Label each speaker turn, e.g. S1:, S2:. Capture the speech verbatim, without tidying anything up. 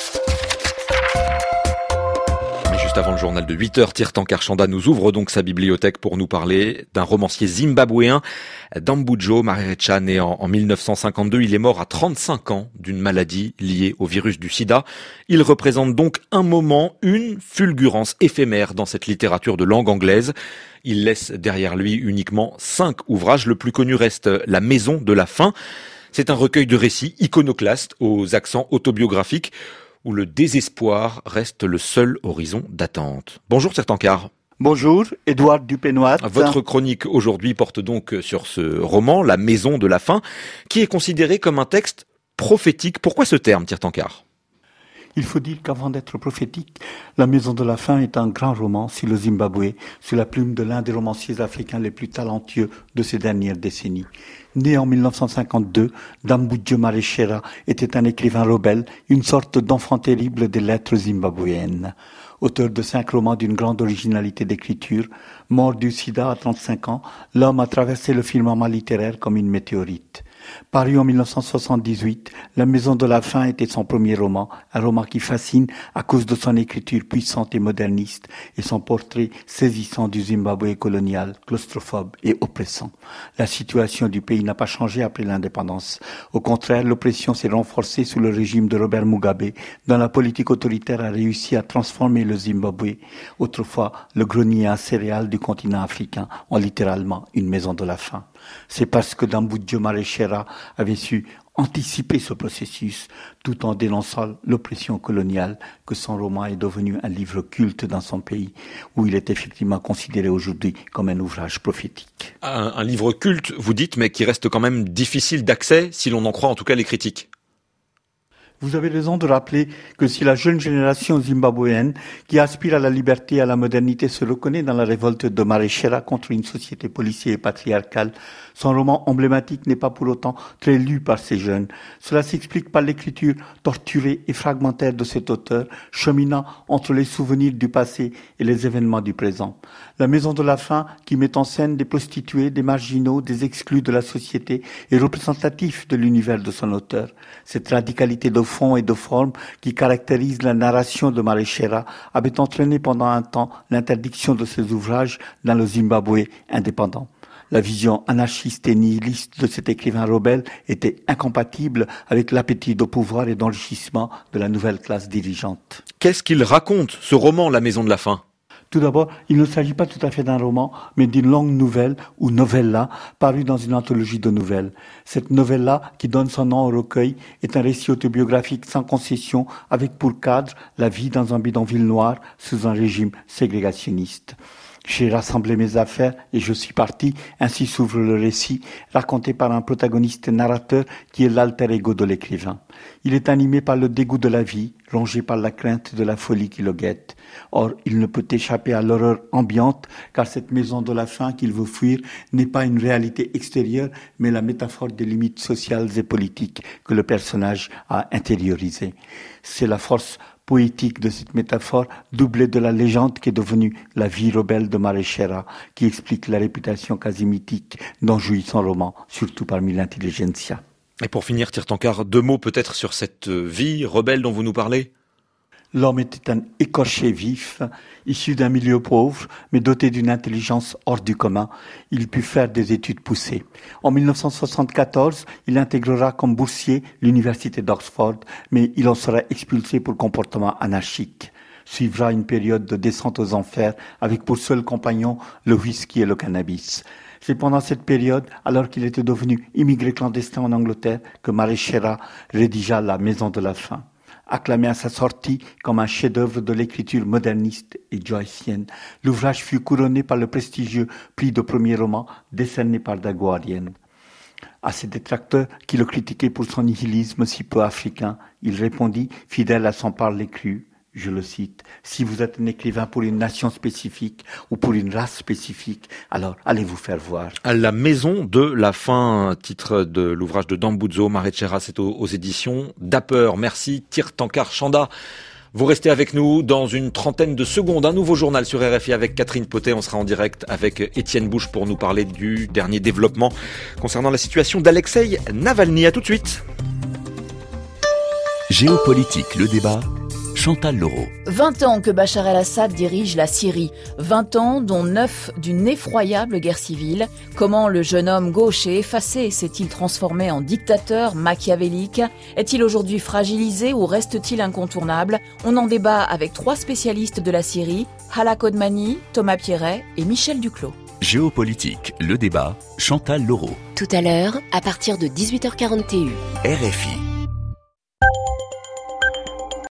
S1: Juste avant le journal de huit heures, Tirtankar Chanda nous ouvre donc sa bibliothèque pour nous parler d'un romancier zimbabwéen, Dambudzo Marechera, né en, en mille neuf cent cinquante-deux. Il est mort à trente-cinq ans d'une maladie liée au virus du sida. Il représente donc un moment, une fulgurance éphémère dans cette littérature de langue anglaise. Il laisse derrière lui uniquement cinq ouvrages. Le plus connu reste La Maison de la Faim. C'est un recueil de récits iconoclastes aux accents autobiographiques, où le désespoir reste le seul horizon d'attente. Bonjour Tirtankar.
S2: Bonjour, Édouard Dupénoir.
S1: Votre chronique aujourd'hui porte donc sur ce roman, La Maison de la Faim, qui est considéré comme un texte prophétique. Pourquoi ce terme, Tirtankar ?
S2: Il faut dire qu'avant d'être prophétique, La Maison de la Faim est un grand roman sur le Zimbabwe, sous la plume de l'un des romanciers africains les plus talentueux de ces dernières décennies. Né en mille neuf cent cinquante-deux, Dambudzo Marechera était un écrivain rebelle, une sorte d'enfant terrible des lettres zimbabwéennes. Auteur de cinq romans d'une grande originalité d'écriture, mort du sida à trente-cinq ans, l'homme a traversé le firmament littéraire comme une météorite. Paru en mille neuf cent soixante-dix-huit, La Maison de la Faim était son premier roman, un roman qui fascine à cause de son écriture puissante et moderniste et son portrait saisissant du Zimbabwe colonial, claustrophobe et oppressant. La situation du pays n'a pas changé après l'indépendance. Au contraire, l'oppression s'est renforcée sous le régime de Robert Mugabe, dont la politique autoritaire a réussi à transformer le Zimbabwe, autrefois le grenier à céréales du continent africain, en littéralement une maison de la faim. C'est parce que Dambudzo Marechera avait su anticiper ce processus tout en dénonçant l'oppression coloniale que son roman est devenu un livre culte dans son pays, où il est effectivement considéré aujourd'hui comme un ouvrage prophétique.
S1: Un, un livre culte, vous dites, mais qui reste quand même difficile d'accès, si l'on en croit en tout cas les critiques.
S2: Vous avez raison de rappeler que si la jeune génération zimbabwéenne qui aspire à la liberté et à la modernité se reconnaît dans la révolte de Marechera contre une société policière et patriarcale, son roman emblématique n'est pas pour autant très lu par ces jeunes. Cela s'explique par l'écriture torturée et fragmentaire de cet auteur, cheminant entre les souvenirs du passé et les événements du présent. La Maison de la Faim, qui met en scène des prostituées, des marginaux, des exclus de la société, est représentatif de l'univers de son auteur. Cette radicalité de fond et de forme qui caractérise la narration de Marechera avait entraîné pendant un temps l'interdiction de ses ouvrages dans le Zimbabwe indépendant. La vision anarchiste et nihiliste de cet écrivain rebelle était incompatible avec l'appétit de pouvoir et d'enrichissement de la nouvelle classe dirigeante.
S1: Qu'est-ce qu'il raconte, ce roman, La Maison de la Faim ?
S2: Tout d'abord, il ne s'agit pas tout à fait d'un roman, mais d'une longue nouvelle ou novella parue dans une anthologie de nouvelles. Cette novella, qui donne son nom au recueil, est un récit autobiographique sans concession, avec pour cadre la vie dans un bidonville noir sous un régime ségrégationniste. J'ai rassemblé mes affaires et je suis parti, ainsi s'ouvre le récit, raconté par un protagoniste narrateur qui est l'alter ego de l'écrivain. Il est animé par le dégoût de la vie, rongé par la crainte de la folie qui le guette. Or, il ne peut échapper à l'horreur ambiante, car cette maison de la faim qu'il veut fuir n'est pas une réalité extérieure, mais la métaphore des limites sociales et politiques que le personnage a intériorisées. C'est la force poétique de cette métaphore, doublée de la légende qui est devenue la vie rebelle de Marechera, qui explique la réputation quasi mythique dont jouit son roman, surtout parmi l'intelligentsia.
S1: Et pour finir, Tirtankar, deux mots peut-être sur cette vie rebelle dont vous nous parlez ?
S2: L'homme était un écorché vif, issu d'un milieu pauvre, mais doté d'une intelligence hors du commun. Il put faire des études poussées. En mille neuf cent soixante-quatorze, il intégrera comme boursier l'université d'Oxford, mais il en sera expulsé pour comportement anarchique. Suivra une période de descente aux enfers, avec pour seul compagnon le whisky et le cannabis. C'est pendant cette période, alors qu'il était devenu immigré clandestin en Angleterre, que Marechera rédigea La Maison de la Faim. Acclamé à sa sortie comme un chef-d'œuvre de l'écriture moderniste et joycienne, l'ouvrage fut couronné par le prestigieux prix de premier roman décerné par The Guardian. À ses détracteurs qui le critiquaient pour son nihilisme si peu africain, il répondit, fidèle à son parler cru, je le cite, « Si vous êtes un écrivain pour une nation spécifique ou pour une race spécifique, alors allez vous faire voir. »
S1: La Maison de la Faim, titre de l'ouvrage de Dambudzo Marechera, c'est aux, aux éditions Dapper. Merci Tirtankar Chanda. Vous restez avec nous dans une trentaine de secondes. Un nouveau journal sur R F I avec Catherine Potet. On sera en direct avec Étienne Bouche pour nous parler du dernier développement concernant la situation d'Alexeï Navalny. À tout de suite.
S3: Géopolitique, le débat, Chantal Laureau.
S4: vingt ans que Bachar el-Assad dirige la Syrie. vingt ans, dont neuf d'une effroyable guerre civile. Comment le jeune homme gauche et effacé s'est-il transformé en dictateur machiavélique? Est-il aujourd'hui fragilisé ou reste-t-il incontournable? On en débat avec trois spécialistes de la Syrie, Hala Kodmani, Thomas Pierret et Michel Duclos.
S3: Géopolitique, le débat, Chantal Laureau.
S5: Tout à l'heure, à partir de dix-huit heures quarante et un.
S3: R F I.